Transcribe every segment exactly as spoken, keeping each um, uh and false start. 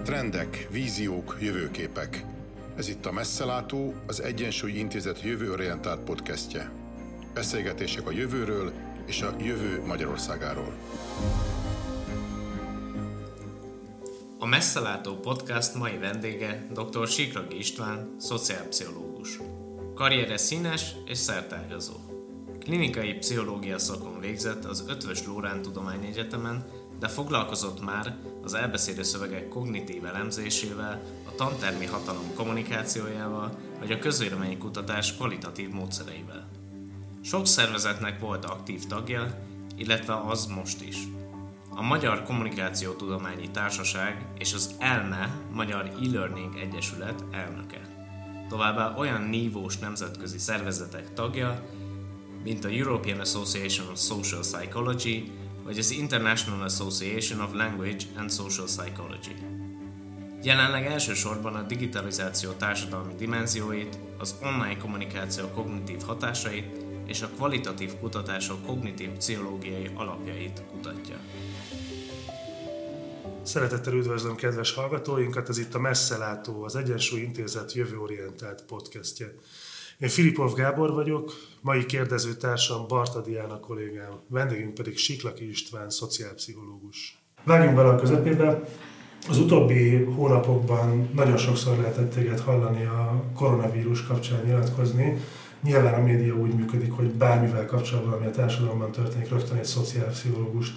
Trendek, víziók, jövőképek. Ez itt a Messzelátó, az Egyensúly Intézet jövőorientált podcastje. Beszélgetések a jövőről és a jövő Magyarországáról. A Messzelátó podcast mai vendége dr. Siklaki István, szociálpszichológus. Karriere színes és szerteágazó. Klinikai pszichológia szakon végzett az Eötvös Loránd Tudományegyetemen, de foglalkozott már az elbeszélő szövegek kognitív elemzésével, a tantermi hatalom kommunikációjával, vagy a közvéleménykutatás kvalitatív módszereivel. Sok szervezetnek volt aktív tagja, illetve az most is. A Magyar Kommunikációtudományi Társaság és az ELME, Magyar E-Learning Egyesület elnöke. Továbbá olyan nívós nemzetközi szervezetek tagja, mint a European Association of Social Psychology, vagy az International Association of Language and Social Psychology. Jelenleg elsősorban a digitalizáció társadalmi dimenzióit, az online kommunikáció kognitív hatásait és a kvalitatív kutatások kognitív pszichológiai alapjait kutatja. Szeretettel üdvözlöm kedves hallgatóinkat, ez itt a Messzelátó, az Egyensúly Intézet jövőorientált podcastje. Én Filipov Gábor vagyok, mai kérdezőtársam Barta Diana kollégám, vendégünk pedig Siklaki István, szociálpszichológus. Vágjunk bele a közepébe. Az utóbbi hónapokban nagyon sokszor lehetett téged hallani a koronavírus kapcsán nyilatkozni. Nyilván a média úgy működik, hogy bármivel kapcsolatban, ami a társadalomban történik, rögtön egy szociálpszichológust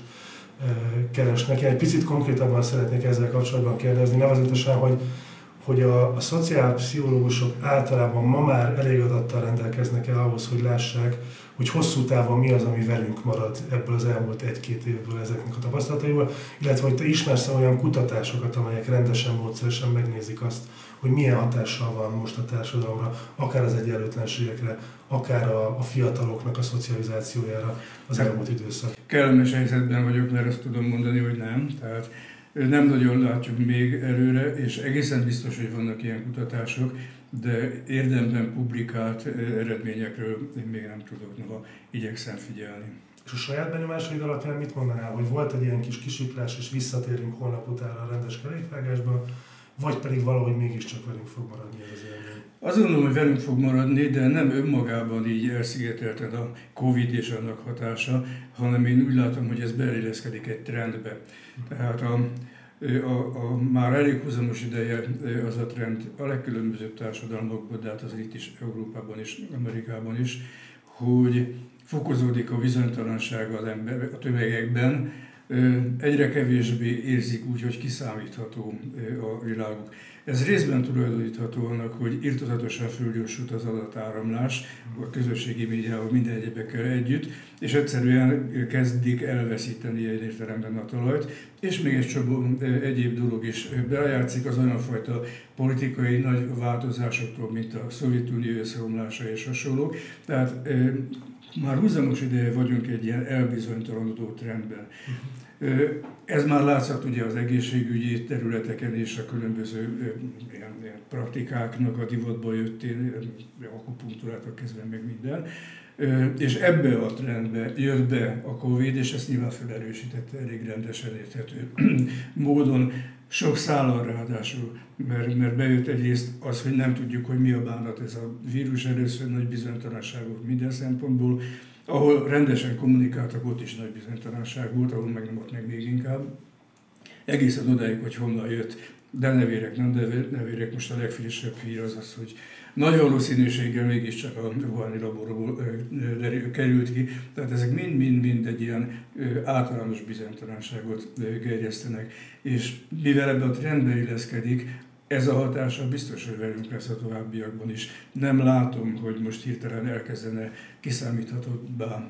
keresnek. Én egy picit konkrétabban szeretnék ezzel kapcsolatban kérdezni, nevezetesen, hogy hogy a, a szociálpszichológusok általában ma már elég adattal rendelkeznek el ahhoz, hogy lássák, hogy hosszú távon mi az, ami velünk marad ebből az elmúlt egy-két évből ezeknek a tapasztalataiból, illetve hogy te ismersz olyan kutatásokat, amelyek rendesen, módszeresen megnézik azt, hogy milyen hatással van most a társadalomra, akár az egyenlőtlenségekre, akár a, a fiataloknak a szocializációjára az elmúlt időszak. Kellemes helyzetben vagyok, mert azt tudom mondani, hogy nem. Tehát nem nagyon látjuk még előre, és egészen biztos, hogy vannak ilyen kutatások, de érdemben publikált eredményekről én még nem tudok, noha igyekszem figyelni. És a saját benyomásaid alapján mit mondanál, hogy volt egy ilyen kis kisiklás, és visszatérünk holnap utána a rendes kerékvágásba, vagy pedig valahogy mégiscsak velünk fog maradni ez az élmény? Azt gondolom, hogy velünk fog maradni, de nem önmagában így elszigetelten a Covid és annak hatása, hanem én úgy látom, hogy ez beilleszkedik egy trendbe. Tehát a, a, a már elég húzamos ideje az a trend a legkülönbözőbb társadalmakban, de hát az itt is Európában és Amerikában is, hogy fokozódik a bizonytalanság az ember, a tömegekben, egyre kevésbé érzik úgy, hogy kiszámítható a világuk. Ez részben tulajdonítható annak, hogy irtózatosan fölgyorsult az adatáramlás a közösségi médiával minden egyebekkel együtt, és egyszerűen kezdik elveszíteni egy értelemben a talajt, és még egy csomó egyéb dolog is belejátszik az olyan fajta politikai nagy változásoktól, mint a Szovjetunió összeomlása és hasonlók. Tehát már húzamos ideje vagyunk egy ilyen elbizonytalanodó trendben. Ez már látszott ugye az egészségügyi területeken és a különböző ilyen, ilyen praktikáknak a divatba jöttén, akupunktúrától kezdve meg minden. És ebbe a trendbe jött be a Covid, és ezt nyilván felerősítette elég rendesen érthető módon. Sok szállal ráadásul, mert, mert bejött egyrészt az, hogy nem tudjuk, hogy mi a bánat ez a vírus, először nagy bizonytalanság volt minden szempontból, ahol rendesen kommunikáltak, ott is nagy bizonytalanság volt, ahol meg nem ott meg még inkább. Egészen odáig, hogy honnan jött, de nevérek, nem de nevérek, most a legfrissebb hír az az, hogy nagy valószínűséggel mégiscsak a Wuhani laborból került ki. Tehát ezek mind-mind-mind egy ilyen általános bizonytalanságot gerjesztenek. És mivel ebben a trendbe illeszkedik, ez a hatása biztos, hogy velünk lesz a továbbiakban is. Nem látom, hogy most hirtelen elkezdene kiszámíthatóbbá,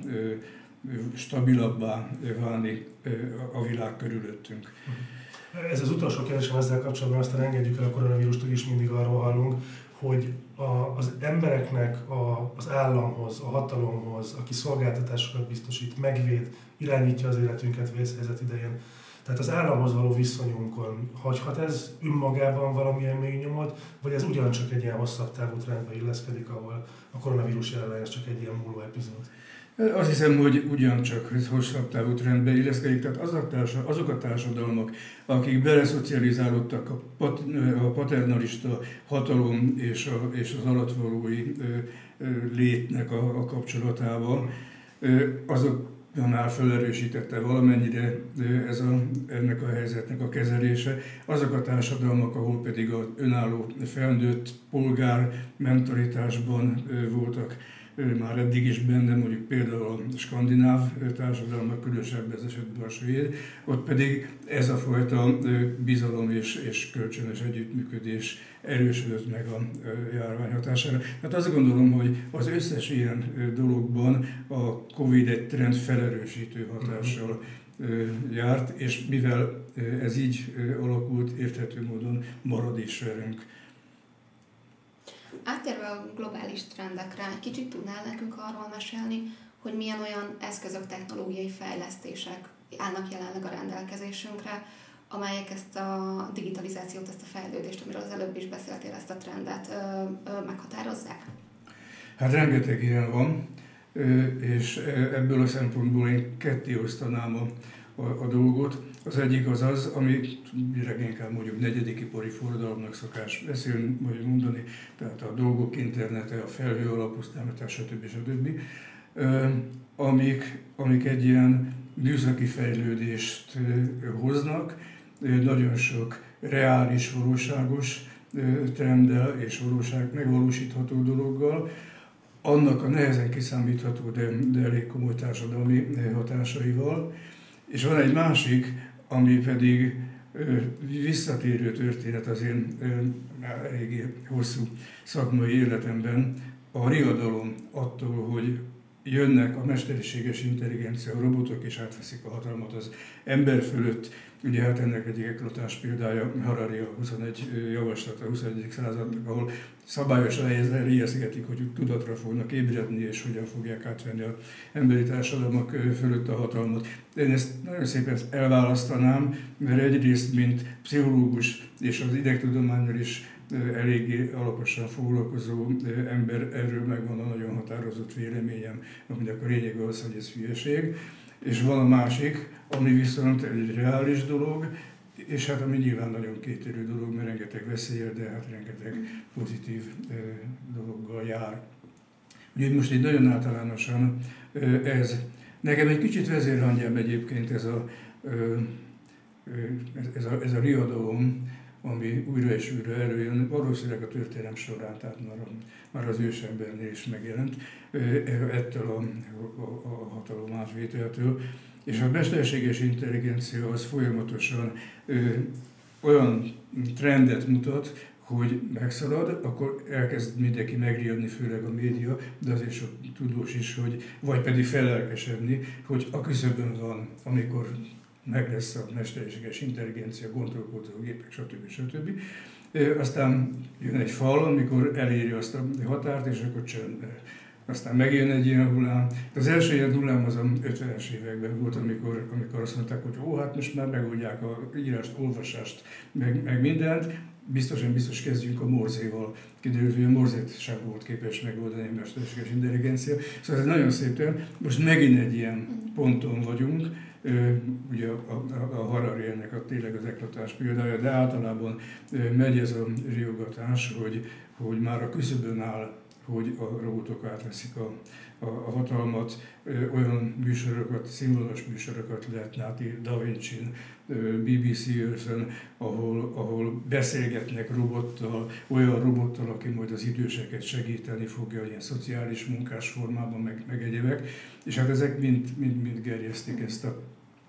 stabilabbá válni a világ körülöttünk. Ez az utolsó kérdésem ezzel kapcsolatban, aztán engedjük el a koronavírust, hogy is mindig arról hallunk, hogy a, az embereknek a, az államhoz, a hatalomhoz, aki szolgáltatásokat biztosít, megvéd, irányítja az életünket vészhelyzet idején. Tehát az államhoz való viszonyunkon hagyhat ez önmagában valamilyen mély nyomot, vagy ez ugyancsak egy ilyen hosszabb távú trendbe illeszkedik, ahol a koronavírus jelenleg csak egy ilyen múló epizód? Azt hiszem, hogy ugyancsak hosszabb távú trendbe illeszkedik, tehát az a társa, azok a társadalmak, akik beleszocializálódtak a, pat, a paternalista hatalom és, a, és az alatvalói létnek a, a kapcsolatába, azok már felerősítette valamennyire ez a, ennek a helyzetnek a kezelése. Azok a társadalmak, ahol pedig az önálló felnőtt polgár mentalitásban voltak már eddig is benne, mondjuk például a skandináv társadalmak, különösebb ez esetben a svéd, ott pedig ez a fajta bizalom és, és kölcsönös együttműködés erősödött meg a járvány hatására. Hát azt gondolom, hogy az összes ilyen dologban a Covid egy trend felerősítő hatással járt, és mivel ez így alakult, érthető módon marad is velünk. Áttérve a globális trendekre, egy kicsit tudnál nekünk arról mesélni, hogy milyen olyan eszközök, technológiai fejlesztések állnak jelenleg a rendelkezésünkre, amelyek ezt a digitalizációt, ezt a fejlődést, amiről az előbb is beszéltél, ezt a trendet ö, ö, meghatározzák? Hát rengeteg ilyen van, és ebből a szempontból én ketté osztanám a, a, a dolgot. Az egyik az az, amit leginkább mondjuk negyedik ipari forradalomnak szokás beszélni, vagy mondani, tehát a dolgok internete, a felhő alapú számítás, stb. stb. Amik, amik egy ilyen műszaki fejlődést hoznak, nagyon sok reális, valóságos trenddel és valóság megvalósítható dologgal, annak a nehezen kiszámítható, de, de elég komoly társadalmi hatásaival. És van egy másik, ami pedig ö, visszatérő történet az én ö, eléggé hosszú szakmai életemben, a riadalom attól, hogy jönnek a mesterséges intelligencia, a robotok és átveszik a hatalmat az ember fölött. Ugye hát ennek egyik eklatás példája Harari a huszonegy javaslat a huszonegyedik századnak, ahol szabályosan eljeszgetik, hogy tudatra fognak ébredni, és hogyan fogják átvenni az emberi társadalmak fölött a hatalmat. Én ezt nagyon szépen elválasztanám, mert egyrészt, mint pszichológus és az idegtudománnyal is eléggé alaposan foglalkozó ember, erről megvan a nagyon határozott véleményem, aminek a lényege az, hogy ez hülyeség. És van a másik, ami viszont egy reális dolog, és hát ami nyilván nagyon kétérő dolog, mert rengeteg veszélyel, de hát rengeteg pozitív dologgal jár. Úgyhogy most így nagyon általánosan ez. Nekem egy kicsit vezérhangyám egyébként ez a, ez a, ez a riadalom, ami újra és újra előjön, valószínűleg a történelem során, tehát már, a, már az ősembernél is megjelent, ettől a, a, a hatalom átvételtől. És a mesterséges intelligencia az folyamatosan ö, olyan trendet mutat, hogy megszalad, akkor elkezd mindenki megriadni, főleg a média, de azért sok tudós is, hogy, vagy pedig felelkesedni, hogy a küszöbön van, amikor meg lesz a mesterséges intelligencia, gondolkodógépek, stb. stb. Aztán jön egy fal, amikor eléri azt a határt, és akkor csöndbe. Aztán megjön egy ilyen hullám. Az első ilyen hullám az a ötvenes években volt, amikor, amikor azt mondták, hogy ó, hát most már megoldják a írást, olvasást, meg, meg mindent. Biztosan biztos kezdjünk a morzéval. Kiderült, hogy a morzét sem volt képes megoldani a mesterséges intelligencia. Szóval ez nagyon szép trend. Most megint egy ilyen ponton vagyunk. Ugye a, a, a Harari ennek a tényleg az eklatás példája, de általában megy ez a riogatás, hogy, hogy már a küszöbön áll, hogy a robotok átveszik a, a, a hatalmat, olyan műsorokat, színvonalas műsorokat lehet látni Da Vinci-n, bé bé cé Earth-en, ahol, ahol beszélgetnek robottal, olyan robottal, aki majd az időseket segíteni fogja, ilyen szociális munkás formában, meg, meg egyébek. És hát ezek mind, mind, mind gerjesztik ezt a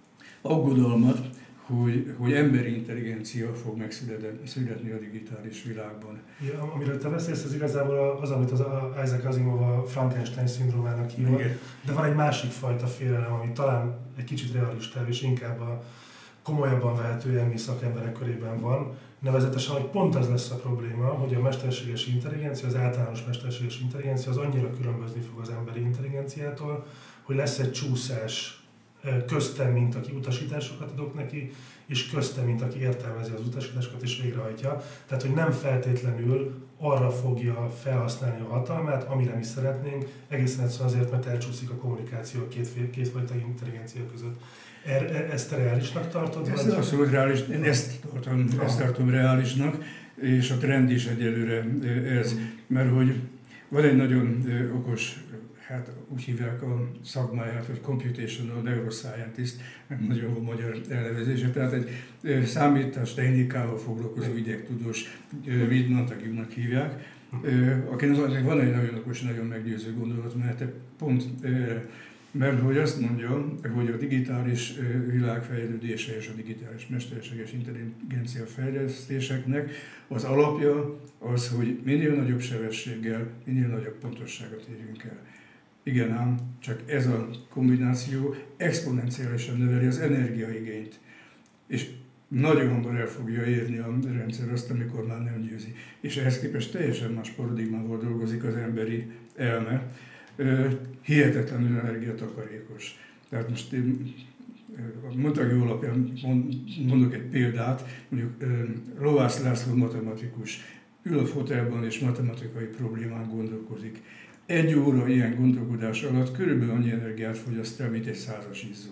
aggodalmat, hogy, hogy emberi intelligencia fog megszületni a digitális világban. Ja, amiről te beszélsz, ez igazából az, amit az Isaac Asimov a Frankenstein-szindrómának hívott, de van egy másik fajta félelem, ami talán egy kicsit realistább, és inkább a komolyabban vehető elmi szakemberek körében van, nevezetesen, hogy pont az lesz a probléma, hogy a mesterséges intelligencia, az általános mesterséges intelligencia az annyira különbözni fog az emberi intelligenciától, hogy lesz egy csúszás köztem, mint aki utasításokat adok neki, és köztem, mint aki értelmezi az utasításokat és végrehajtja. Tehát, hogy nem feltétlenül arra fogja felhasználni a hatalmát, amire mi szeretnénk, egészen egyszerűen azért, mert elcsúszik a kommunikáció a két, kétfajta intelligencia között. Er, e, ezt te reálisnak tartod? Ez abszolút reális, én ezt tartom, ezt tartom reálisnak, és a trend is egyelőre ez, mert hogy van egy nagyon okos, hát úgy hívják a szakmáját, hogy computational neuroscientist, nem nagyon van magyar elnevezése, tehát egy számítástechnikával foglalkozó idegtudós, Reid Montague-nak hívják, akinek van egy nagyon okos, nagyon meggyőző gondolatmenete, pont mert hogy azt mondja, hogy a digitális világ fejlődése és a digitális mesterséges intelligencia fejlesztéseknek az alapja az, hogy minél nagyobb sebességgel, minél nagyobb pontosságot érjünk el. Igen ám, csak ez a kombináció exponenciálisan növeli az energiaigényt, és nagyon hamar el fogja érni a rendszer azt, amikor már nem győzi. És ehhez képest teljesen más paradigmával dolgozik az emberi elme, hihetetlenül energiatakarékos. Tehát most én a Montague alapján mondok egy példát, mondjuk Lovász László matematikus ül a fotelban és matematikai problémán gondolkozik. Egy óra ilyen gondolkodás alatt körülbelül annyi energiát fogyaszt el, mint egy százas izzó.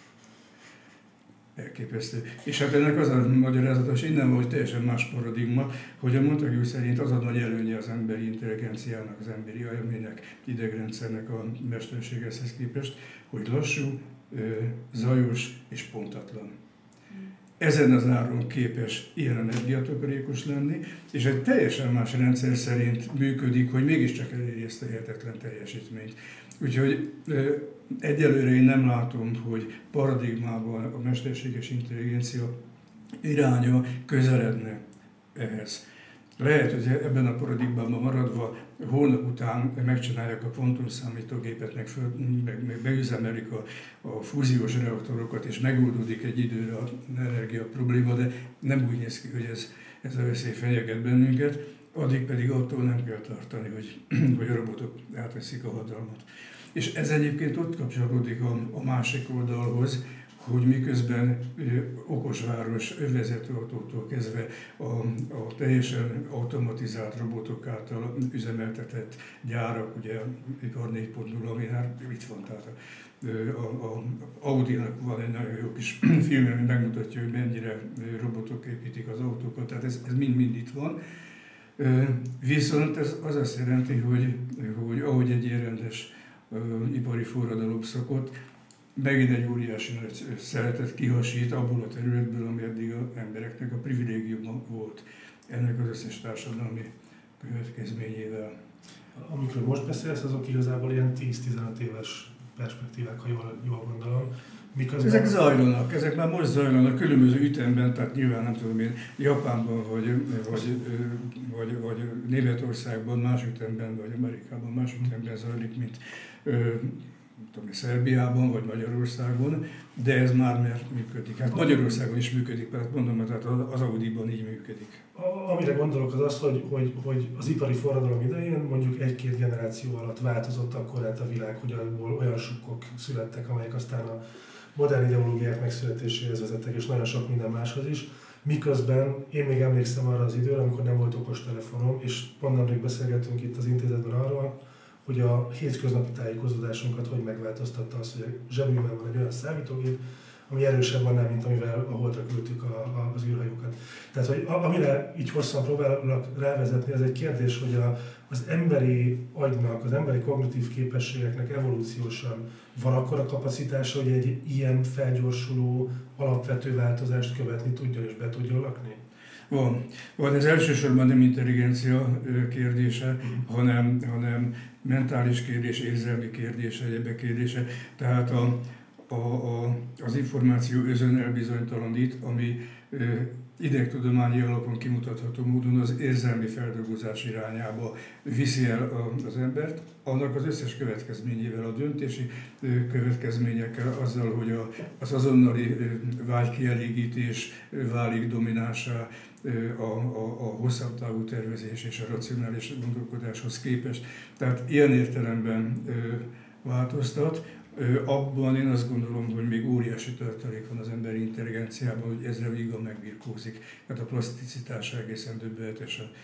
Elképesztő. És hát ennek az a magyarázata, és innen volt teljesen más paradigma, hogy a Montague szerint az a nagy előnye az emberi intelligenciának, az emberi elmének, idegrendszernek a mesterségeshez képest, hogy lassú, zajos és pontatlan. Ezen az áron képes ilyen energiatakarékos lenni, és egy teljesen más rendszer szerint működik, hogy mégiscsak eléri ezt a hihetetlen teljesítményt. Úgyhogy egyelőre én nem látom, hogy paradigmában a mesterséges intelligencia iránya közeledne ehhez. Lehet, hogy ebben a paradigmában maradva holnap után megcsinálják a kvantumszámítógépet, meg, föl, meg, meg beüzemelik a, a fúziós reaktorokat, és megoldódik egy időre az energia probléma, de nem úgy néz ki, hogy ez, ez a veszély fenyeget bennünket, addig pedig attól nem kell tartani, hogy, hogy a robotok átveszik a hatalmat. És ez egyébként ott kapcsolódik a, a másik oldalhoz, hogy miközben ö, okosváros övezetőautótól kezdve a, a teljesen automatizált robotok által üzemeltetett gyárak, ugye ipar négy pont nulla, ami hát itt van, tehát a, a, a Audi-nak van egy nagyon jó kis film, ami megmutatja, hogy mennyire robotok építik az autókat, tehát ez, ez mind-mind itt van. Ö, viszont ez az azt jelenti, hogy, hogy ahogy egy ilyen rendes ö, ipari forradalom szokott, megint egy óriási nagy szeretet kihasít abból a területből, ami eddig az embereknek a privilégiuma volt ennek az összes társadalmi következményével. Amikről most beszélsz, azok igazából ilyen tíz-tizenöt éves perspektívák, ha jól, jól gondolom. Miközben... Ezek zajlanak, ezek már most zajlanak különböző ütemben, tehát nyilván nem tudom én, Japánban vagy, vagy, vagy, vagy Németországban más ütemben, vagy Amerikában más ütemben zajlik, mint tudom, Szerbiában vagy Magyarországon, de ez már mert működik. Hát Magyarországon is működik, mert mondom, mert hát az Audi-ban így működik. Amire gondolok az az, hogy, hogy, hogy az ipari forradalom idején mondjuk egy-két generáció alatt változott akkor át a világ, hogy olyan sukkok születtek, amelyek aztán a modern ideológiák megszületéséhez vezettek, és nagyon sok minden máshoz is. Miközben én még emlékszem arra az időre, amikor nem volt okostelefonom, és pont nemrég beszélgettünk itt az intézetben arról, hogy a hétköznapi tájékozódásunkat hogy megváltoztatta az, hogy a zsebünkben van egy olyan számítógép, ami erősebb annál, mint amivel a Holdra küldtük a, a, az űrhajókat. Tehát, hogy amire így hosszan próbálok rávezetni, az egy kérdés, hogy a, az emberi agynak, az emberi kognitív képességeknek evolúciósan van akkora kapacitása, hogy egy ilyen felgyorsuló, alapvető változást követni tudjon és be tudjon lakni? Van. Van, ez elsősorban nem intelligencia kérdése, mm. hanem, hanem mentális kérdés, érzelmi kérdése, egyebek kérdése. Tehát a, a, a, az információ özön elbizonytalanít, ami ö, idegtudományi alapon kimutatható módon az érzelmi feldolgozás irányába viszi el a, az embert, annak az összes következményével, a döntési ö, következményekkel, azzal, hogy a, az azonnali ö, vágykielégítés ö, válik dominánsá, A, a, a hosszabb távú tervezés és a racionális gondolkodáshoz képest. Tehát ilyen értelemben ö, változtat. Ö, abban én azt gondolom, hogy még óriási tartalék van az emberi intelligenciában, hogy ezre vígan megbirkózik. Tehát a plaszticitás egészen döbbenetes a,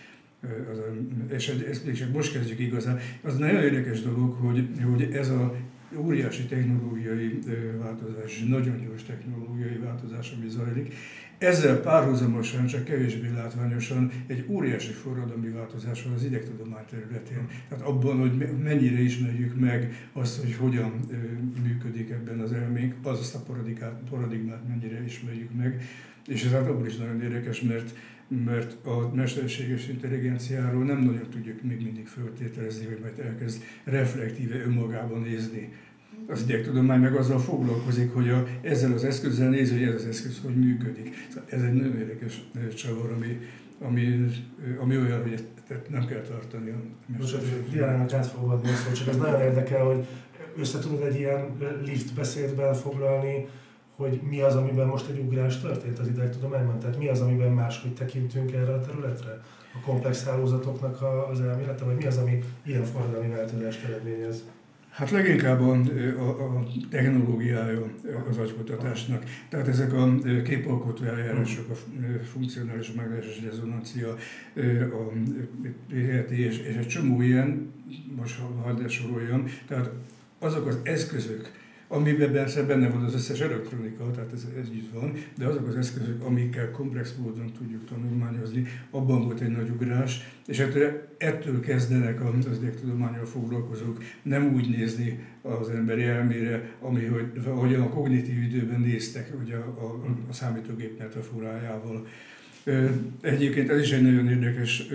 az, és ezt csak most kezdjük igazán. Az nagyon érdekes dolog, hogy, hogy ez a óriási technológiai változás, nagyon gyors technológiai változás, ami zajlik. Ezzel párhuzamosan, csak kevésbé látványosan egy óriási forradalmi változás van az idegtudomány területén. Tehát abban, hogy mennyire ismerjük meg azt, hogy hogyan működik ebben az elménk, azt a paradigmát mennyire ismerjük meg. És ez hát abban is nagyon érdekes, mert mert a mesterséges intelligenciáról nem nagyon tudjuk még mindig föltételezni, hogy majd elkezd reflektíve önmagában nézni. Az idegtudomány meg azzal foglalkozik, hogy a, ezzel az eszközzel nézi, hogy ez az eszköz hogy működik. Ez egy nagyon érdekes csavar, ami, ami, ami olyan, hogy ezt nem kell tartani a mesterséges. Diánának át fogom adni azt, csak ez nagyon érdekel, hogy össze tudod egy ilyen lift beszédben foglalni, hogy mi az, amiben most egy ugrás történt az idegtudományban? Tehát mi az, amiben máshogy tekintünk erre a területre? A komplex hálózatoknak az elmélete, vagy mi az, ami ilyen forradalmi változást eredményez? Hát leginkább a, a, a technológiája az agykutatásnak. Tehát ezek a képalkotó eljárások, a funkcionális mágneses rezonancia, a pé er té és, és egy csomó ilyen, most hadd soroljam, tehát azok az eszközök, amiben persze benne van az összes elektronika, tehát ez, ez így van, de azok az eszközök, amikkel komplex módon tudjuk tanulmányozni, abban volt egy nagy ugrás, és ettől, ettől kezdenek az idegtudománnyal foglalkozók nem úgy nézni az emberi elmére, ami, hogy, ahogyan a kognitív időben néztek, ugye a, a, a számítógép metaforájával. Egyébként ez is egy nagyon érdekes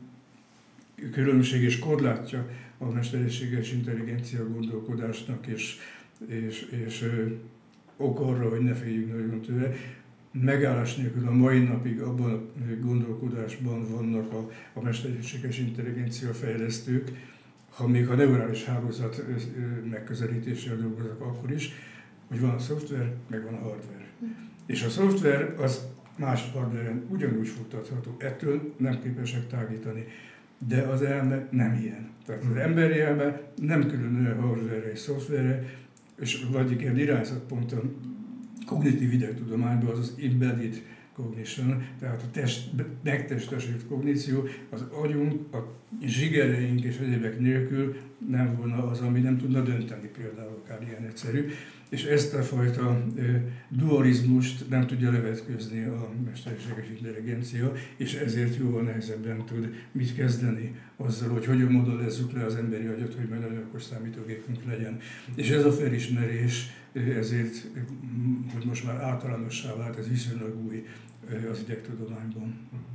különbség és korlátja a mesterséges intelligencia gondolkodásnak, és és, és ö, ok arra, hogy ne féljünk nagyon tőle. Megállás nélkül a mai napig abban a gondolkodásban vannak a, a mesterséges intelligencia fejlesztők, ha még a neurális hálózat ö, ö, megközelítéssel dolgoznak akkor is, hogy van a szoftver, meg van a hardware. És a szoftver az más hardwaren ugyanúgy futtatható, ettől nem képesek tágítani. De az elme nem ilyen. Tehát az emberi elme nem különül a hardware és szoftverre, és vagy ilyen irányzatpont a kognitív idegtudományban az az embedded cognition, tehát a test, megtestesült kogníció, az agyunk, a zsigereink és egyébek nélkül nem volna az, ami nem tudna dönteni, például akár ilyen egyszerű. És ezt a fajta dualizmust nem tudja levetközni a mesterséges intelligencia, és ezért jóval nehezebben tud mit kezdeni azzal, hogy hogyan modellezzük le az emberi agyat, hogy majd nagyon okos számítógépünk legyen. És ez a felismerés ezért, hogy most már általánossá vált, ez viszonylag új az idegtudományban.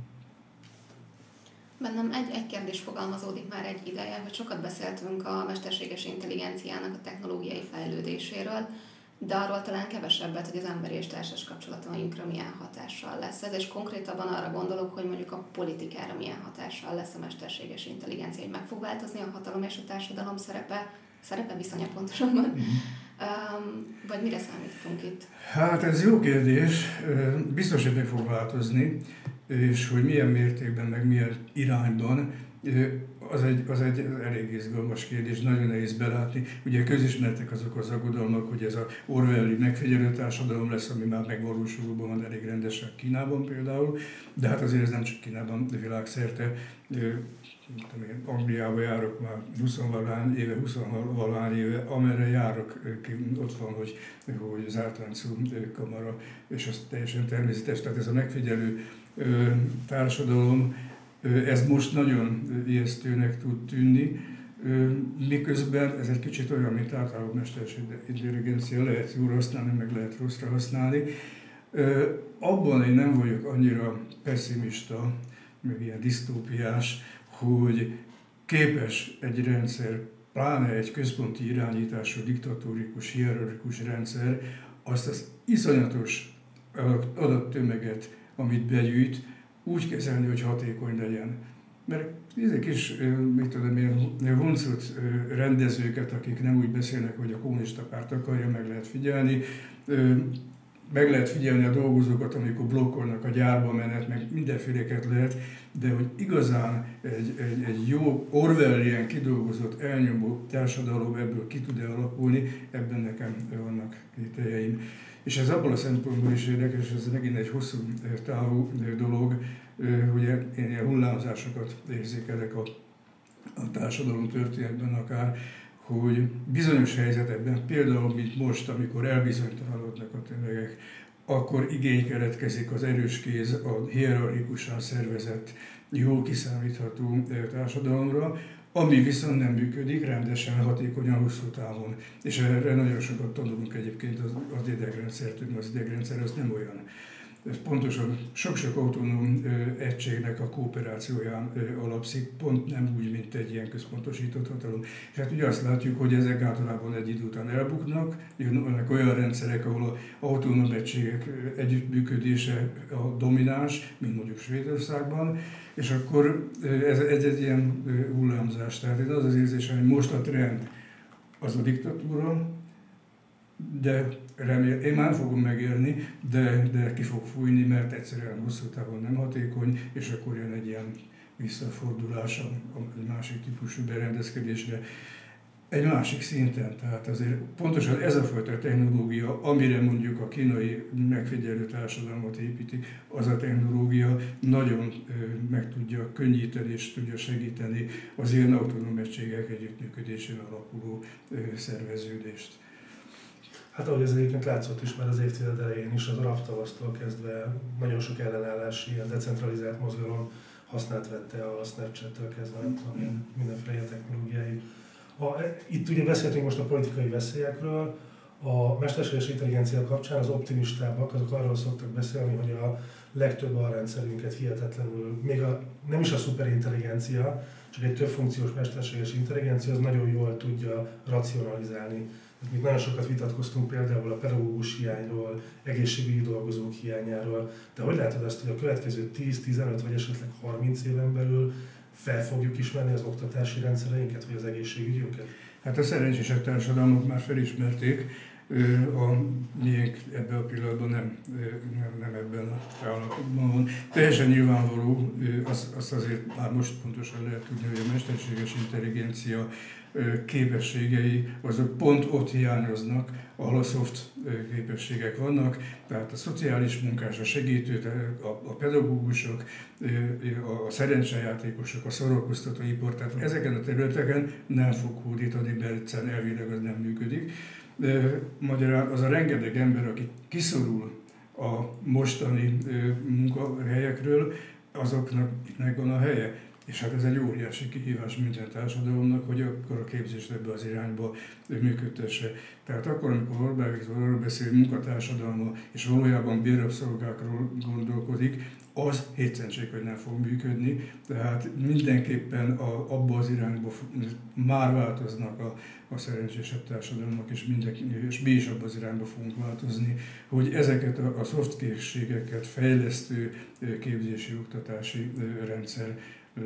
Bennem egy, egy kérdés fogalmazódik már egy ideje, hogy sokat beszéltünk a mesterséges intelligenciának a technológiai fejlődéséről, de arról talán kevesebbet, hogy az emberi és társas kapcsolatainkra milyen hatással lesz ez, és konkrétabban arra gondolok, hogy mondjuk a politikára milyen hatással lesz a mesterséges intelligencia, hogy meg fog változni a hatalom és a társadalom szerepe, szerepe viszonya pontosabban, mm-hmm. um, vagy mire számítunk itt? Hát ez jó kérdés, biztos, hogy meg fog változni, és hogy milyen mértékben, meg milyen irányban, az egy, az egy elég izgalmas kérdés, nagyon nehéz belátni. Ugye közismertek azok az aggodalmak, hogy ez az orwelli megfigyelő társadalom lesz, ami már megvalósulóban van elég rendesen Kínában például, de hát azért ez nem csak Kínában, de világszerte. Angliába járok már huszonvalahány éve, huszonvalahány éve, amerre járok, ott van, hogy, hogy zártláncú kamara, és az teljesen természetes, tehát ez a megfigyelő társadalom, ez most nagyon ijesztőnek tud tűnni, miközben ez egy kicsit olyan, mint általában mesterséges intelligencia, lehet jól használni, meg lehet rosszra használni. Abban én nem vagyok annyira pessimista, meg ilyen disztópiás, hogy képes egy rendszer, pláne egy központi irányítású, diktatórikus, hierarchikus rendszer, azt az iszonyatos adattömeget, amit begyűjt, úgy kezelni, hogy hatékony legyen. Mert ezek is, mit tudom én, huncut rendezőket, akik nem úgy beszélnek, hogy a kommunista párt akarja, meg lehet figyelni, meg lehet figyelni a dolgozókat, amikor blokkolnak a gyárba menet, meg mindenféleket lehet, de hogy igazán egy, egy, egy jó Orwellien kidolgozott, elnyomó társadalom ebből ki tud-e alakulni, ebben nekem vannak kételjeim. És ez abból a szempontból is érdekes, ez megint egy hosszú távú dolog, hogy én ilyen hullámzásokat érzékelek a, a társadalom történetben akár, hogy bizonyos helyzetekben, például mint most, amikor elbizonytalanodnak a tömegek, akkor igény keletkezik az erős kéz, a hierarchikusan szervezett, jól kiszámítható társadalomra, ami viszont nem működik rendesen, hatékonyan, hosszú távon. És erre nagyon sokat tanulunk egyébként az, az idegrendszertől, mert az idegrendszer az nem olyan. Ez pontosan sok-sok autonóm ö, egységnek a kooperációján ö, alapszik, pont nem úgy, mint egy ilyen központosított hatalom. És hát ugye azt látjuk, hogy ezek általában egy idő után elbuknak, jönnek olyan rendszerek, ahol az autonóm egységek együttműködése a domináns, mint mondjuk Svédországban, és akkor ez egy, egy ilyen hullámzás. Tehát az az érzésem, hogy most a trend az a diktatúra, de remélem, én már fogom megélni, de, de ki fog fújni, mert egyszerűen hosszú távon nem hatékony, és akkor jön egy ilyen visszafordulás a, a másik típusú berendezkedésre. Egy másik szinten, tehát azért pontosan ez a fajta technológia, amire mondjuk a kínai megfigyelő társadalmat építik, az a technológia nagyon meg tudja könnyíteni és tudja segíteni az ilyen autonóm egységek együttműködésén alapuló szerveződést. Hát ahogy ez egyébként látszott is már az évtized elején is, az arab tavasztól kezdve nagyon sok ellenállási, ilyen decentralizált mozgalom hasznát vette a Snapchat-től kezdve, nem tudom, mindenféle technológiai. A, itt ugye beszéltünk most a politikai veszélyekről, a mesterséges intelligencia kapcsán az optimistábbak, azok arról szoktak beszélni, hogy a legtöbb alrendszerünket hihetetlenül, még a, nem is a szuperintelligencia, csak egy több funkciós mesterséges intelligencia, az nagyon jól tudja racionalizálni. Még nagyon sokat vitatkoztunk például a pedagógus hiányról, egészségügyi dolgozók hiányáról, de hogy látod azt, hogy a következő tíz, tizenöt vagy esetleg harminc éven belül fel fogjuk ismerni az oktatási rendszereinket, vagy az egészségügyünket? Hát a szerencsésebb társadalmak már felismerték, a miénk ebben a pillanatban nem, nem, nem ebben a állapotban van. Teljesen nyilvánvaló, azt, azt azért már most pontosan lehet tudni, hogy a mesterséges intelligencia képességei azok pont ott hiányoznak, ahol a soft képességek vannak, tehát a szociális munkás, a segítő, a pedagógusok, a szerencsejátékosok, a szórakoztatóipar, tehát ezeken a területeken nem fog hódítani, mert egyszerűen elvileg az nem működik. Magyarán az a rengeteg ember, aki kiszorul a mostani munkahelyekről, azoknak itt megvan a helye. És hát ez egy óriási kihívás minden társadalomnak, hogy akkor a képzést ebbe az irányba működtesse. Tehát akkor, amikor Orbán Viktor arról beszél, hogy munkatársadalma és valójában bérrabszolgákról gondolkodik, az hétszentség, hogy nem fog működni. Tehát mindenképpen a, abba az irányba már változnak a, a szerencsésebb társadalmak, és, mindenki, és mi is abba az irányba fogunk változni, hogy ezeket a, a soft készségeket fejlesztő képzési, oktatási rendszer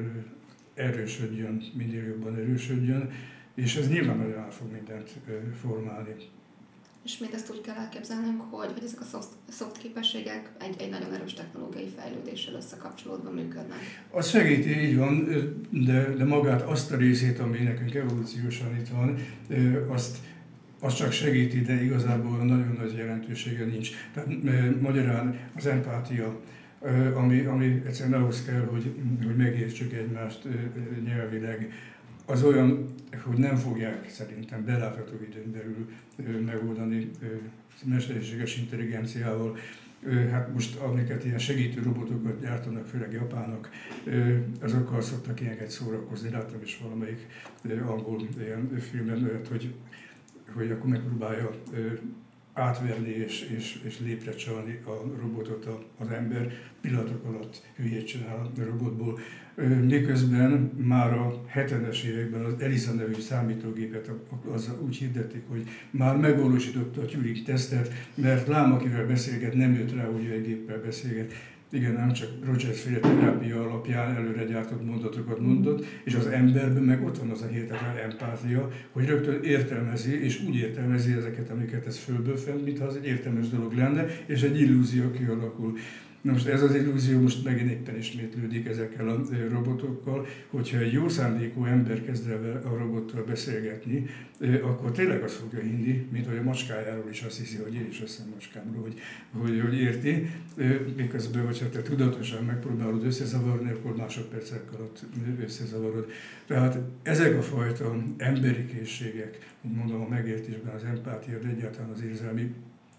erősödjön, minél jobban erősödjön, és ez nyilván el fog mindent formálni. És mindezt úgy kell elképzelnünk, hogy, hogy ezek a soft, soft képességek egy, egy nagyon erős technológiai fejlődéssel összekapcsolódva működnek. Az segíti, így van, de, de magát azt a részét, ami nekünk evolúciósan itt van, azt, azt csak segíti, de igazából nagyon nagy jelentősége nincs. Tehát magyarán az empátia, Ami, ami egyszerűen ahhoz kell, hogy, hogy megértsük egymást nyelvileg, az olyan, hogy nem fogják szerintem belátható időn belül megoldani mesterséges intelligenciával. Hát most amiket ilyen segítő robotokat gyártanak, főleg japánok, azokkal szoktak ilyeneket szórakozni. Láttam is valamelyik angol ilyen filmen olyat, hogy, hogy akkor megpróbálja átverni és, és, és lépre csalni a robotot az ember, pillanatok alatt hülyét csinál a robotból. Miközben már a hetvenes években az ELISA nevű számítógépet az úgy hirdették, hogy már megvalósította a Turing tesztet, mert lám, akivel beszélget, nem jött rá, hogy ő egy géppel beszélget. igen, nem csak Rogers-féle terápia alapján előre gyártott mondatokat mondott, és az emberben meg ott van az a hihetetlen empátia, hogy rögtön értelmezi, és úgy értelmezi ezeket, amiket ez fölből fent, mintha az egy értelmes dolog lenne, és egy illúzió kialakul. Na most ez az illúzió most megint éppen ismétlődik ezekkel a robotokkal, hogyha egy jó szándékú ember kezd el a robottal beszélgetni, akkor tényleg azt fogja hinni, mint hogy a macskájáról is azt hiszi, hogy én is azt macskámról, hogy, hogy, hogy érti, miközben, hogyha te tudatosan megpróbálod összezavarni, akkor másodpercek alatt összezavarod. Tehát ezek a fajta emberi készségek, úgy mondom, a megértésben az empátia, de egyáltalán az érzelmi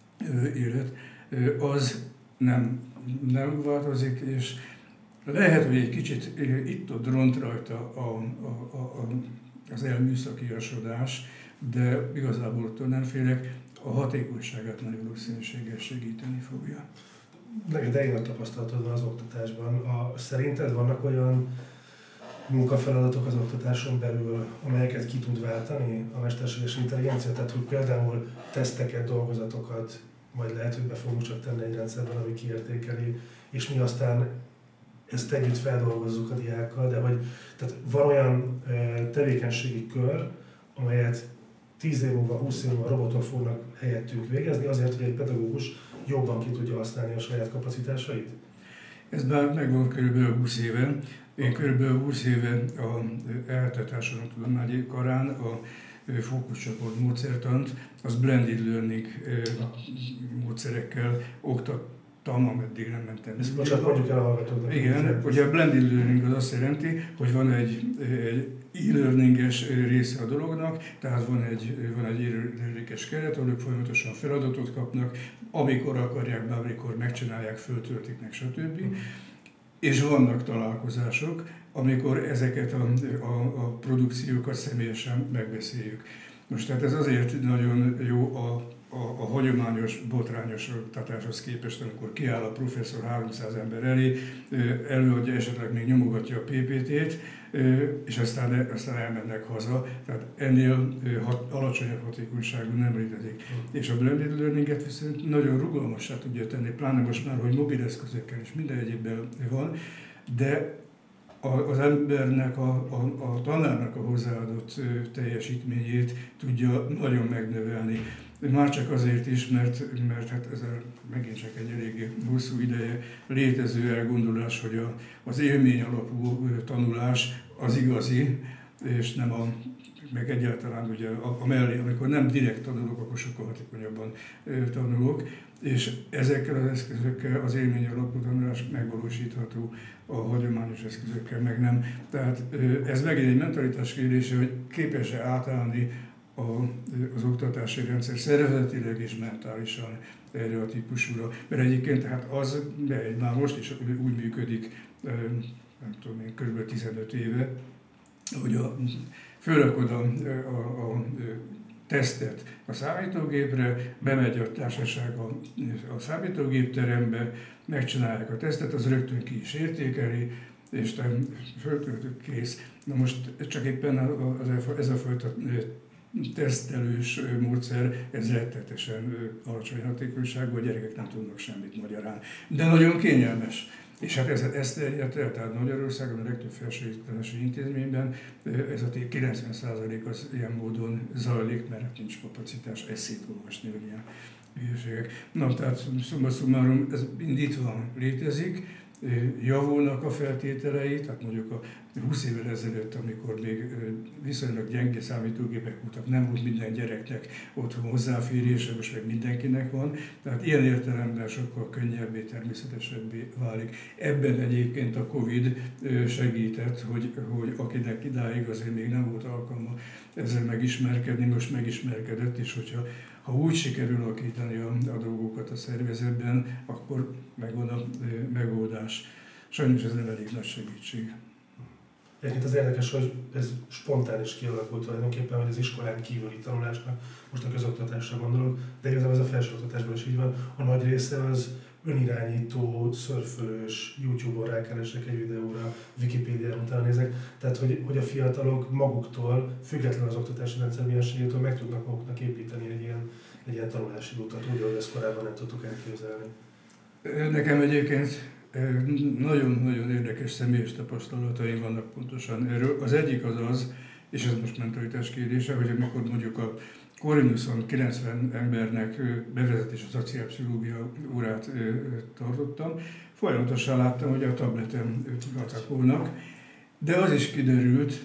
élet, az nem nem változik, és lehet, hogy egy kicsit itt-ott ront rajta a, a, a, az elműszakiasodás, de igazából attól nem félek, a hatékonyságát nagy valószínűséggel segíteni fogja. Neked elég nagy tapasztalatod van az oktatásban. A, szerinted vannak olyan munkafeladatok az oktatáson belül, amelyeket ki tud váltani a mesterséges intelligencia? Tehát, hogy például teszteket, dolgozatokat majd lehet, hogy be fogunk csak tenni egy rendszerben, ami kiértékeli, és mi aztán ezt együtt feldolgozzuk a diákkal, de hogy tehát van olyan tevékenységi kör, amelyet tíz év múlva, húsz év múlva robotok fognak helyettünk végezni, azért, hogy egy pedagógus jobban ki tudja használni a saját kapacitásait? Ez már megvan körülbelül húsz éve. Én körülbelül húsz éve a E H Társadalomtudományi Karán a fókuszcsoport módszertant, az blended learning módszerekkel oktattam, ameddig nem mentem. Ezt bocsánat, mondjuk el a hallgatóknak. Igen, ugye a blended learning az azt jelenti, hogy van egy, egy e-learninges része a dolognak, tehát van egy, van egy e-learninges keret, ahol ők folyamatosan feladatot kapnak, amikor akarják, bármikor megcsinálják, föltöltik meg, stb. És vannak találkozások, amikor ezeket a, a, a produkciókat személyesen megbeszéljük. Most tehát ez azért nagyon jó a, a, a hagyományos, botrányos oktatáshoz képest, amikor kiáll a professzor háromszáz ember elé, előadja, esetleg még nyomogatja a pé pé té-t, és aztán, aztán elmennek haza. Tehát ennél hat, alacsonyabb hatékonyságú nem létezik. És a blended learninget viszont nagyon rugalmassá tudja tenni, pláne most már, hogy mobileszközökkel és minden egyébben van, de az embernek, a, a, a tanárnak a hozzáadott teljesítményét tudja nagyon megnövelni. Már csak azért is, mert, mert hát ez a, megint csak egy eléggé hosszú ideje létező elgondolás, hogy a, az élmény alapú tanulás az igazi, és nem a, meg egyáltalán ugye a, a mellé, amikor nem direkt tanulok, akkor sokkal hatékonyabban tanulok, és ezekkel az eszközökkel az élmény alapú tanulás megvalósítható, a hagyományos eszközökkel meg nem. Tehát ez megint egy mentalitás kérdése, hogy képes-e átállni a, az oktatási rendszer szervezetileg és mentálisan erre a típusúra. Mert egyébként hát az, de már most is úgy működik, nem tudom én, kb. tizenöt éve, hogy a, fölrakod a, a, a tesztet a számítógépre, bemegy a társaság a, a számítógépterembe, megcsinálják a tesztet, az rögtön ki is értékeli, és te föltöltött, kész. Na most csak éppen az, ez a fajta tesztelős módszer, ez rettetesen alacsony hatékonyságú, a gyerekek nem tudnak semmit magyarán. De nagyon kényelmes. És hát ez, ezt terjedt el, tehát Magyarországon a legtöbb felsőoktatási intézményben ez a kilencven százalék az ilyen módon zajlik, mert nincs kapacitás eszét olvasni, vagy ilyen hülyeségek. Na, tehát szumma summarum, ez mind itt van, létezik, javulnak a feltételei, tehát mondjuk a húsz évvel ezelőtt, amikor még viszonylag gyenge számítógépek voltak, nem volt minden gyereknek otthon hozzáférése, most meg mindenkinek van, tehát ilyen értelemben sokkal könnyebbé, természetesebbé válik. Ebben egyébként a Covid segített, hogy, hogy akinek idáig azért még nem volt alkalma ezzel megismerkedni, most megismerkedett, és hogyha ha úgy sikerül alakítani a, a dolgokat a szervezetben, akkor megvan a megoldás. Sajnos ez nem elég nagy segítség. Egyébként az érdekes, hogy ez spontán is kialakult tulajdonképpen, hogy az iskolán kívüli tanulásnak, most a közoktatásra gondolok, de igazából ez a felsőoktatásban is így van, a nagy része az önirányító, szörfölős, YouTube-on rákeresek egy videóra, Wikipédián utána nézek, tehát hogy, hogy a fiatalok maguktól, függetlenül az oktatási rendszer mienségétől meg tudnak maguknak építeni egy ilyen, egy ilyen tanulási utat, úgy, ahogy ezt korábban nem tudtuk elképzelni. Nekem egyébként Nagyon-nagyon érdekes személyes tapasztalataim vannak pontosan erről. Az egyik az az, és ez most mentalitás kérdése, hogy amikor mondjuk a Corvinuson kilencven embernek bevezetés a szociálpszichológia órát tartottam, folyamatosan láttam, hogy a tableten gatakolnak, de az is kiderült,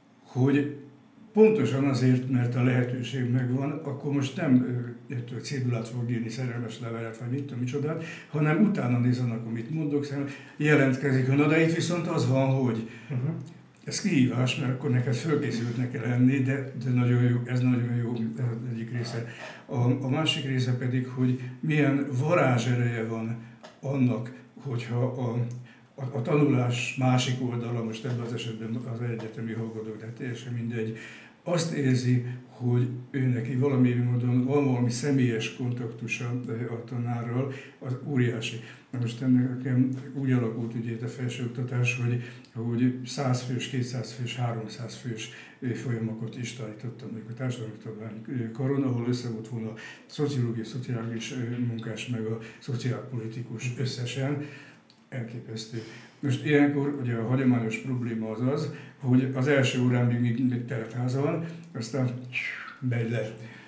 hogy pontosan azért, mert a lehetőség megvan, akkor most nem cédulát fog írni, szerelmes levelet, vagy mit tudom, micsodát, hanem utána nézzenek, amit mondok, jelentkezik, hogy na de itt viszont az van, hogy uh-huh. Ez kihívás, mert akkor neked fölkészültnek kell lenni, de, de nagyon jó, ez nagyon jó egyik része. A, a másik része pedig, hogy milyen varázsereje van annak, hogyha a, a, a tanulás másik oldala, most ebben az esetben az egyetemi hallgató, de teljesen mindegy, azt érzi, hogy ő neki valami módon van valami személyes kontaktusa a tanárral, az óriási. Na most ennek nekem úgy alakult ugye a felsőoktatás, hogy, hogy száz fős, kétszáz fős, háromszáz fős folyamokat is tanítottam, mondjuk a társadalomtudományi karon, ahol össze volt volna a szociológiai, szociális munkás, meg a szociálpolitikus összesen. Elképesztő. Most ilyenkor ugye a hagyományos probléma az az, hogy az első órán még, még teltháza van, aztán megy le.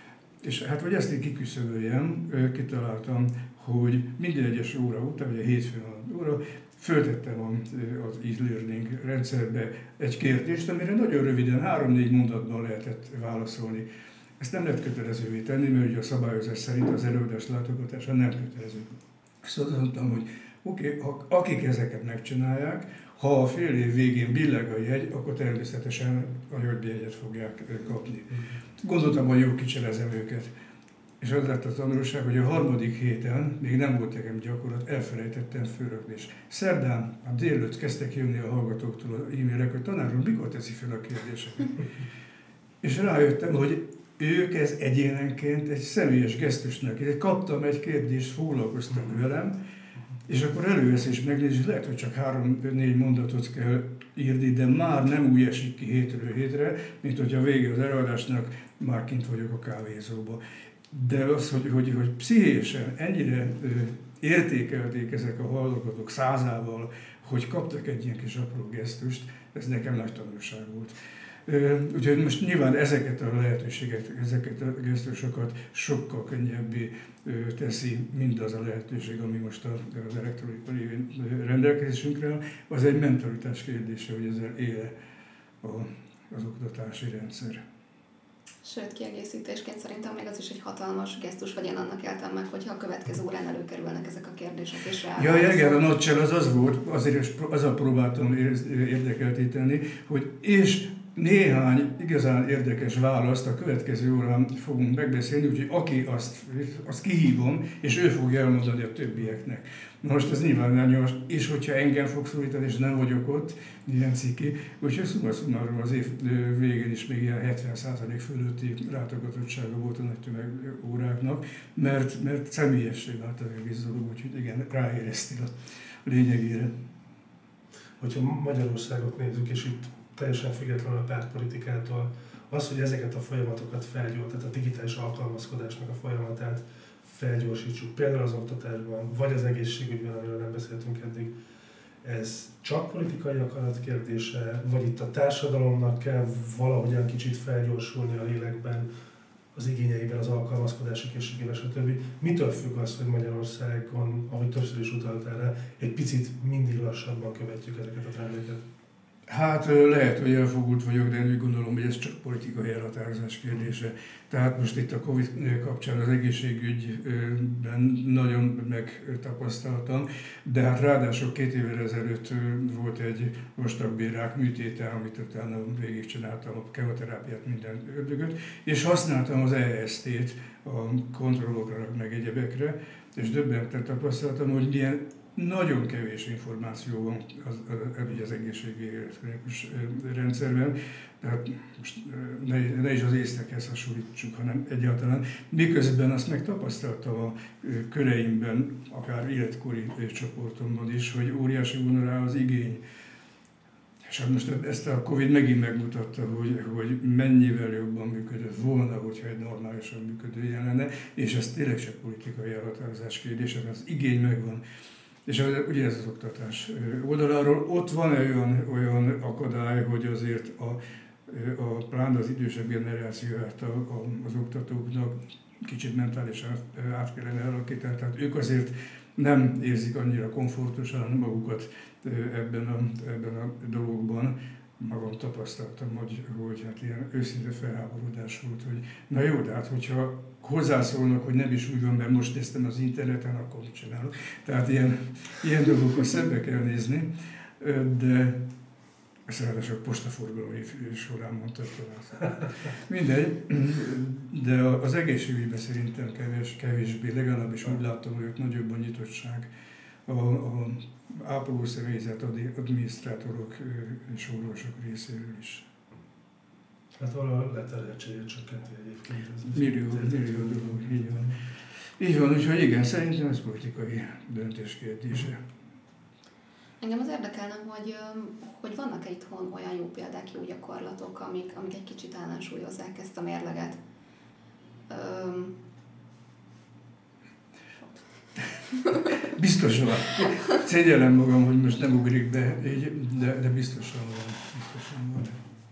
És hát, hogy ezt én kiküszöböljem, kitaláltam, hogy minden egyes óra után, ugye hétfőn az óra, föltettem az e-learning rendszerbe egy kérdést, amire nagyon röviden, három-négy mondatban lehetett válaszolni. Ezt nem lehet kötelezővé tenni, mert ugye a szabályozás szerint az előadás látogatása nem kötelező. Szóval azt mondtam, hogy oké, okay, akik ezeket megcsinálják, ha a fél év végén billeg a jegy, akkor természetesen a jogdíjjegyet fogják kapni. Gondoltam, hogy jó kicselezem őket. És az lett a tanulság, hogy a harmadik héten, még nem volt nekem gyakorlat, elfelejtettem fölrakni. És szerdán, a délőtt kezdtek jönni a hallgatóktól az e-mailek, hogy tanár úr, mikor teszi fel a kérdéseket. És rájöttem, hogy ők ez egyénenként egy személyes gesztusnak. Kaptam egy kérdést, foglalkoztak velem, és akkor elővesz és megnézi, és lehet, hogy csak három-négy mondatot kell írni, de már nem úgy esik ki hétről hétre, mint hogyha vége az előadásnak már kint vagyok a kávézóba. De az, hogy, hogy, hogy pszichésen ennyire ö, értékelték ezek a hallgatók százával, hogy kaptak egy ilyen kis apró gesztust, ez nekem nagy tanulság volt. Ö, úgyhogy most nyilván ezeket a lehetőségeket, ezeket a gesztusokat sokkal könnyebbé ö, teszi mindaz a lehetőség, ami most az elektronika révén rendelkezésünkre áll. Az egy mentalitás kérdése, hogy ezzel él az oktatási rendszer. Sőt, kiegészítésként szerintem még az is egy hatalmas gesztus, vagy én annak éltem meg, hogyha a következő órán előkerülnek ezek a kérdések, és rá. Ja, igen, a notcsel az az volt, azért azzal próbáltam érdekelté tenni, hogy és néhány igazán érdekes választ a következő órán fogunk megbeszélni, úgyhogy aki azt, azt kihívom, és ő fogja elmondani a többieknek. Na most ez nyilván nem nyomás, és hogyha engem fog szólítani, és nem vagyok ott, ilyen ciki, úgyhogy szumma summarum az év végén is még ilyen hetven százalék fölötti látogatottsága volt a nagy tömeg óráknak, mert, mert személyesség vált az egész dolog, úgyhogy igen, ráéreztél a lényegére. Hogyha Magyarországot nézzük, és itt teljesen függetlenül a pártpolitikától, az, hogy ezeket a folyamatokat felgyólt, tehát a digitális alkalmazkodásnak a folyamatát felgyorsítsuk, például az oktatásban, vagy az egészségügyben, amiről nem beszéltünk eddig, ez csak politikai akarat kérdése, vagy itt a társadalomnak kell valahogyan kicsit felgyorsulni a lélekben, az igényeiben, az alkalmazkodási készségében, stb. Mitől függ az, hogy Magyarországon, ahogy többször is utaltál rá, egy picit mindig lassabban követjük ezeket a trendeket? Hát lehet, hogy elfogult vagyok, de én úgy gondolom, hogy ez csak politikai elhatározás kérdése. Tehát most itt a Covid kapcsán az egészségügyben nagyon megtapasztaltam, de hát ráadásul két évvel ezelőtt volt egy vastagbélrák műtéte, amit utána végigcsináltam, a kemoterápiát, minden ördögöt, és használtam az E S T-t a kontrollokra, meg egyebekre, és döbbenten tapasztaltam, hogy milyen nagyon kevés információ van az, az, az egészségügyi elektronikus rendszerben, tehát most ne, ne is az észtekhez hasonlítsuk, hanem egyáltalán. Miközben azt megtapasztaltam a köreimben, akár életkori csoportomban is, hogy óriási volna rá az igény. És hát most ezt a Covid megint megmutatta, hogy, hogy mennyivel jobban működött volna, hogyha egy normálisan működő ilyen lenne, és ez tényleg csak politikai elhatározás kérdése, az igény megvan. És ugye ez az oktatás oldaláról. Ott van olyan, olyan akadály, hogy azért a, a pláne az idősebb generáció által az oktatóknak kicsit mentálisan át kellene alakítani. Tehát ők azért nem érzik annyira komfortosan magukat ebben a, ebben a dologban. Magam tapasztaltam, hogy, hogy hát ilyen őszinte felháborodás volt, hogy na jó, de hát hogyha hozzászólnak, hogy nem is úgy van, mert most néztem az interneten, akkor mit csinálok. Tehát ilyen, ilyen dolgokkal szembe kell nézni, de ezt ráadásul a postaforgalom során mondtad talán. Mindegy, de az egészségügyben szerintem kevés, kevésbé, legalábbis úgy láttam, hogy ott nagyobb a nyitottság. A, a ápoló személyzet, adminisztrátorok és orvosok részéről is. Hát valahol leterheltséget csökkenti egyébként. Millió, millió dolog, így van. Így van, úgyhogy igen, szerintem ez politikai döntés kérdése. Engem az érdekelne, hogy, hogy vannak-e itthon olyan jó példák, jó gyakorlatok, amik, amik egy kicsit ellensúlyozzák ezt a mérleget. Öm... Biztosan. Szégyellem magam, hogy most nem ugrik be, de, de biztosan van. Biztosan van.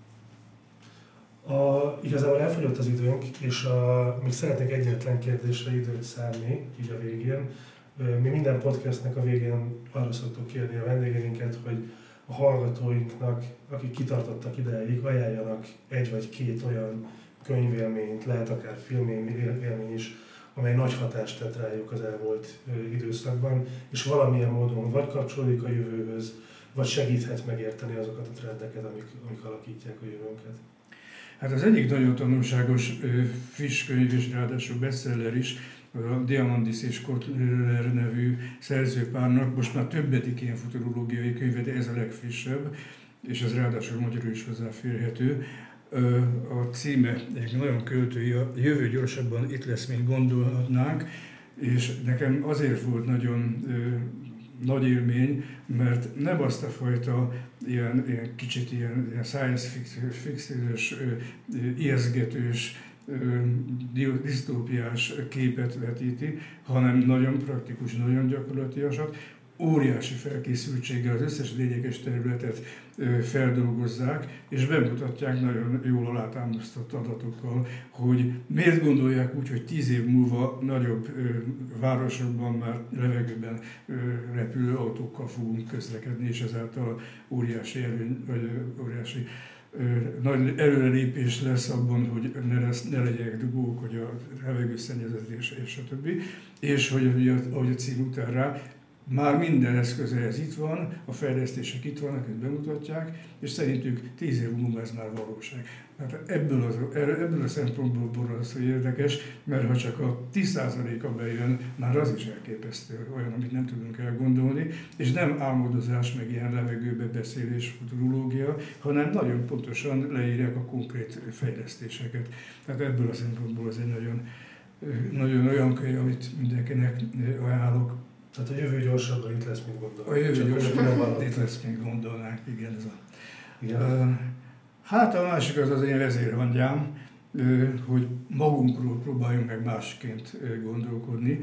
A, igazából elfogyott az időnk, és a, még szeretnék egyetlen kérdésre időt szánni, így a végén. Mi minden podcastnek a végén arra szoktuk kérni a vendégeinket, hogy a hallgatóinknak, akik kitartottak ideig, ajánljanak egy vagy két olyan könyvélményt, lehet akár filmélmény is, amely nagy hatást tett rájuk az elmúlt időszakban, és valamilyen módon vagy kapcsolódik a jövőhöz, vagy segíthet megérteni azokat a trendeket, amik, amik alakítják a jövőnket. Hát az egyik nagyon tanulságos friss könyv, és ráadásul bestseller is, a Diamandis és Kotler nevű szerzőpárnak most már többedik ilyen futurológiai könyve, de ez a legfrissebb, és ez ráadásul magyarul is hozzáférhető. A címe egy nagyon költői, a jövő gyorsabban itt lesz, mint gondolhatnánk, és nekem azért volt nagyon ö, nagy élmény, mert nem azt a fajta ilyen, ilyen kicsit ilyen, ilyen science fiction-ös, ijesztgetős, disztópiás képet vetíti, hanem nagyon praktikus, nagyon gyakorlatiasat, óriási felkészültséggel az összes lényeges területet feldolgozzák, és bemutatják nagyon jól alátámasztott adatokkal, hogy miért gondolják úgy, hogy tíz év múlva nagyobb városokban már levegőben repülő autókkal fogunk közlekedni, és ezáltal óriási előny, vagy óriási nagy előrelépés lesz abban, hogy ne, lesz, ne legyenek dugók, hogy a levegőszennyezés és a többi, és hogy ahogy a cím után rá, már minden eszköze ez itt van, a fejlesztések itt vannak, ezt bemutatják, és szerintük tíz év múlva ez már valóság. Tehát ebből, az, ebből a szempontból borzasztó érdekes, mert ha csak a tíz százaléka bejön, már az is elképesztő, olyan, amit nem tudunk elgondolni, és nem álmodozás, meg ilyen levegőbe beszélés, futurológia, hanem nagyon pontosan leírják a konkrét fejlesztéseket. Tehát ebből a szempontból ez egy nagyon, nagyon olyan könyv, amit mindenkinek ajánlok. Tehát a jövő gyorsabban itt lesz, mint gondolnánk. A jövő gyorsabban itt lesz, mint gondolnánk, igen. Ez a... igen. Hát a másik az az én vezérhangyám, hogy magunkról próbáljunk meg másként gondolkodni.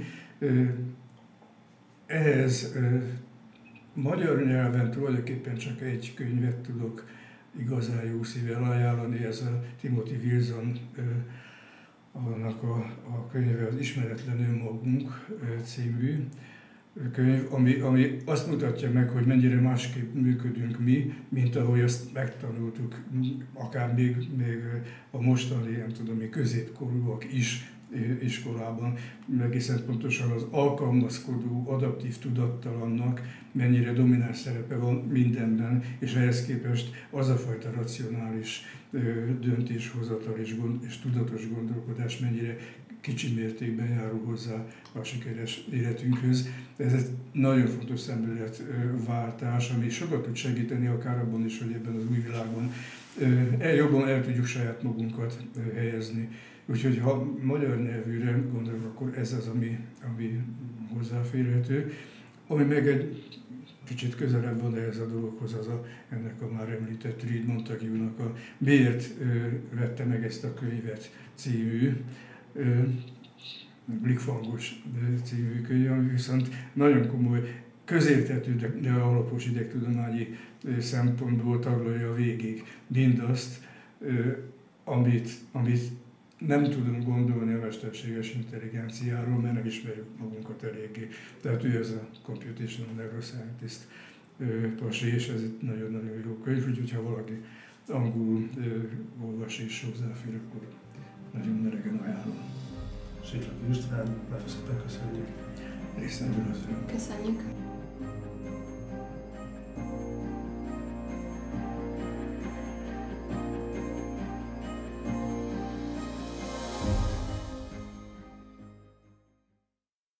Ehhez magyar nyelven tulajdonképpen csak egy könyvet tudok igazán jó szívvel ajánlani, ez a Timothy Wilson annak a, a könyve, az Ismeretlen önmagunk című könyv, ami, ami azt mutatja meg, hogy mennyire másképp működünk mi, mint ahogy azt megtanultuk, akár még, még a mostani, nem tudom, középkorúak is iskolában, egészen pontosan az alkalmazkodó, adaptív tudattalannak mennyire domináns szerepe van mindenben, és ehhez képest az a fajta racionális döntéshozatal és, gond, és tudatos gondolkodás mennyire kicsi mértékben járul hozzá a sikeres életünkhöz. Ez egy nagyon fontos szemléletváltás, ami sokat tud segíteni akár abban is, hogy ebben az új világban jobban el tudjuk saját magunkat helyezni. Úgyhogy ha magyar nyelvűre gondolok, akkor ez az, ami, ami hozzáférhető. Ami meg egy kicsit közelebb van ehhez a dologhoz, az a, ennek a már említett Reed Montague-nak a Miért vette meg ezt a könyvet című, Blikfangos című könyv, ami viszont nagyon komoly közérthető, de, de alapos idegtudományi szempontból taglalja végig mindazt, amit, amit nem tudunk gondolni a mesterséges intelligenciáról, mert nem ismerjük magunkat eléggé. Tehát ő ez a Computational Neuroscientist pasi, és ez egy nagyon-nagyon jó könyv, úgyhogy ha valaki angolul olvas és hozzáfér, akkor nagyon meregen ajánlom. Siklaki István, nagyon szépen köszönjük. Részemről az Köszönjük.